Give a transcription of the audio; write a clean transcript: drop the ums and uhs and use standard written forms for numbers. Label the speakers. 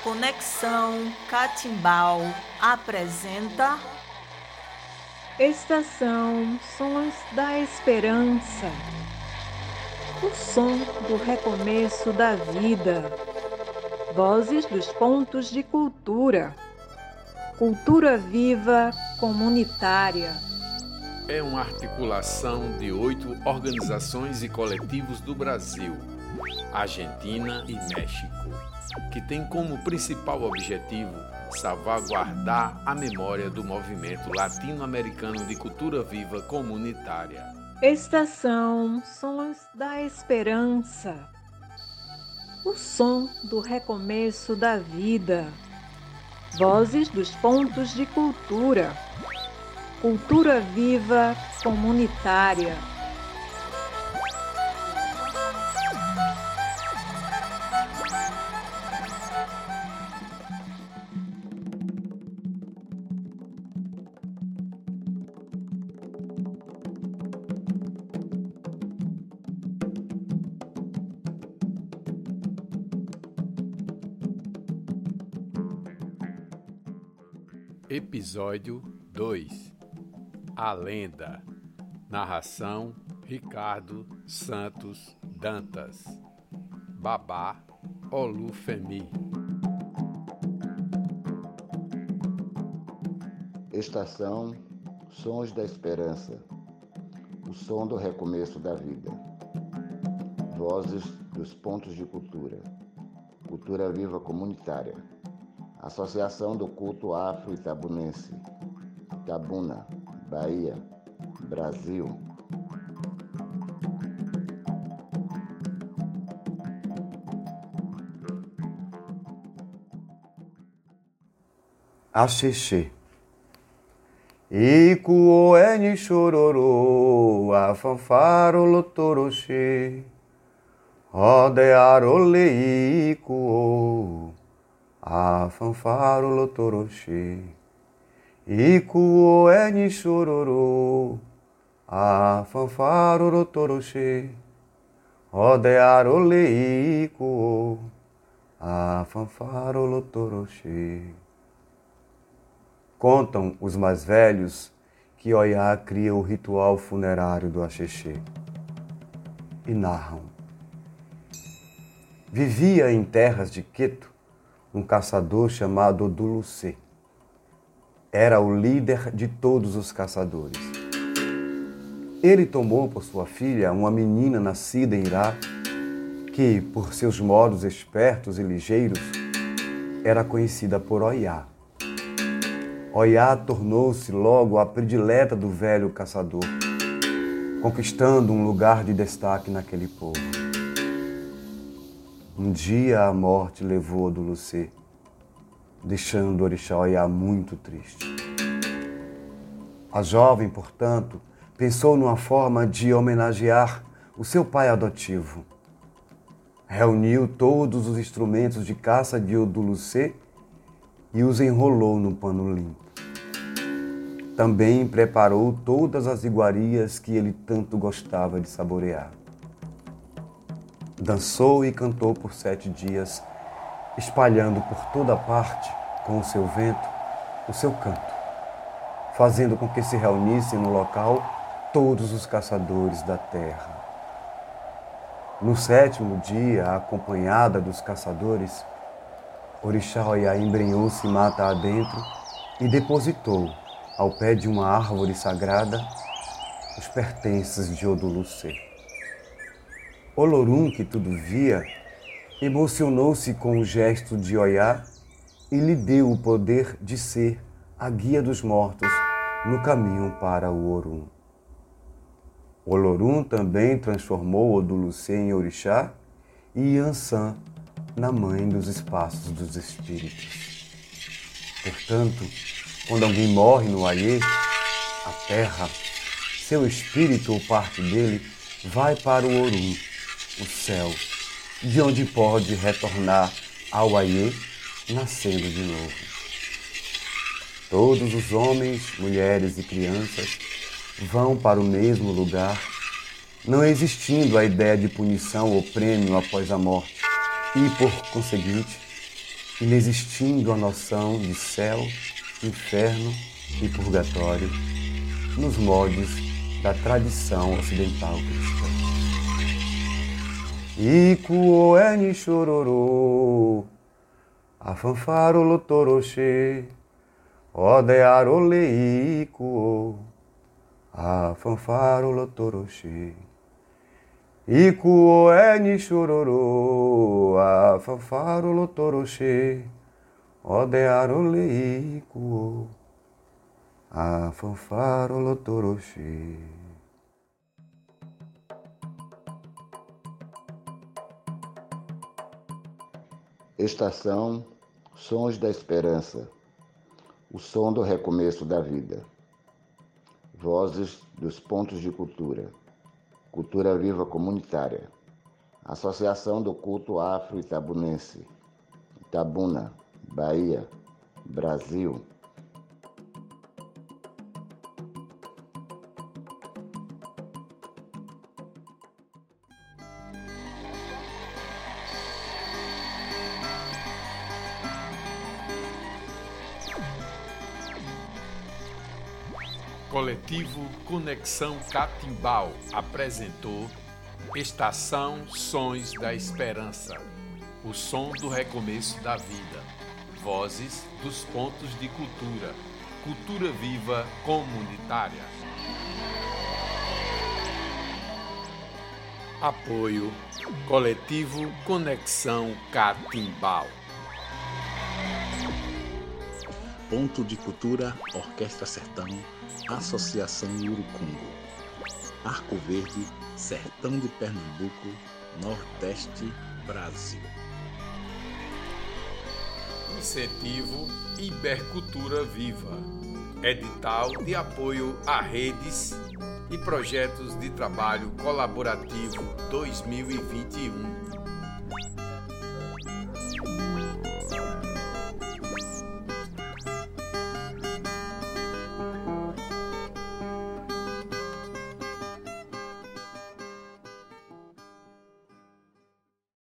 Speaker 1: Conexão Catimbau apresenta
Speaker 2: Estação Sons da Esperança. O som do recomeço da vida. Vozes dos pontos de cultura. Cultura viva comunitária.
Speaker 3: É uma articulação de 8 organizações e coletivos do Brasil, Argentina e México, que tem como principal objetivo salvaguardar a memória do movimento latino-americano de cultura viva comunitária.
Speaker 2: Estação Sons da Esperança. O som do recomeço da vida. Vozes dos pontos de cultura. Cultura viva comunitária.
Speaker 3: Episódio 2. A Lenda. Narração Ricardo Santos Dantas. Babá Olufemi.
Speaker 4: Estação Sons da Esperança. O som do recomeço da vida. Vozes dos pontos de cultura. Cultura viva comunitária. Associação do Culto Afro-Itabunense, Itabuna, Bahia, Brasil.
Speaker 5: Axexê. Iku eni chororô, a fanfaro lotoroxê, rodearole iku, a fanfaro lotoroxê. Iku eni chororô, a fanfaro lotoroxê, rodearole iku, a fanfaro lotoroxê. Contam os mais velhos que Oiá cria o ritual funerário do Axexê. E narram. Vivia em terras de Queto um caçador chamado Odulucê. Era o líder de todos os caçadores. Ele tomou por sua filha uma menina nascida em Irá, que, por seus modos espertos e ligeiros, era conhecida por Oiá. Oiá tornou-se logo a predileta do velho caçador, conquistando um lugar de destaque naquele povo. Um dia a morte levou Odulucê, deixando o orixá Oiá muito triste. A jovem, portanto, pensou numa forma de homenagear o seu pai adotivo. Reuniu todos os instrumentos de caça de Odulucê e os enrolou num pano limpo. Também preparou todas as iguarias que ele tanto gostava de saborear. Dançou e cantou por 7 dias, espalhando por toda parte, com o seu vento, o seu canto, fazendo com que se reunissem no local todos os caçadores da terra. No 7º dia, acompanhada dos caçadores, Orixá Oiá embrenhou-se mata adentro e depositou, ao pé de uma árvore sagrada, os pertences de Odulucê. Olorum, que tudo via, emocionou-se com o gesto de Oiá e lhe deu o poder de ser a guia dos mortos no caminho para o Orum. Olorum também transformou Odulucê em orixá e Iansã na mãe dos espaços dos espíritos. Portanto, quando alguém morre no Aiê, a terra, seu espírito ou parte dele vai para o Orum, o céu, de onde pode retornar ao Aiê, nascendo de novo. Todos os homens, mulheres e crianças vão para o mesmo lugar, não existindo a ideia de punição ou prêmio após a morte, e, por conseguinte, inexistindo a noção de céu, inferno e purgatório nos moldes da tradição ocidental cristã. Ikuo eni chororô, a fanfaro lotoroche, odearo leikuo, a fanfaro lotoroche. Ikuo eni chororô, a fanfaro lotoroche, odearo leikuo, a fanfaro lotoroche.
Speaker 4: Estação Sons da Esperança, o som do recomeço da vida. Vozes dos pontos de cultura. Cultura viva comunitária. Associação do culto afro-itabunense. Itabuna, Bahia, Brasil.
Speaker 3: Coletivo Conexão Catimbau apresentou Estação Sons da Esperança, o som do recomeço da vida. Vozes dos pontos de cultura. Cultura viva comunitária. Apoio Coletivo Conexão Catimbau.
Speaker 6: Ponto de Cultura, Orquestra Sertão, Associação Urucungo. Arco Verde, Sertão de Pernambuco, Nordeste, Brasil.
Speaker 3: Incentivo Ibercultura Viva. Edital de apoio a redes e projetos de trabalho colaborativo 2021.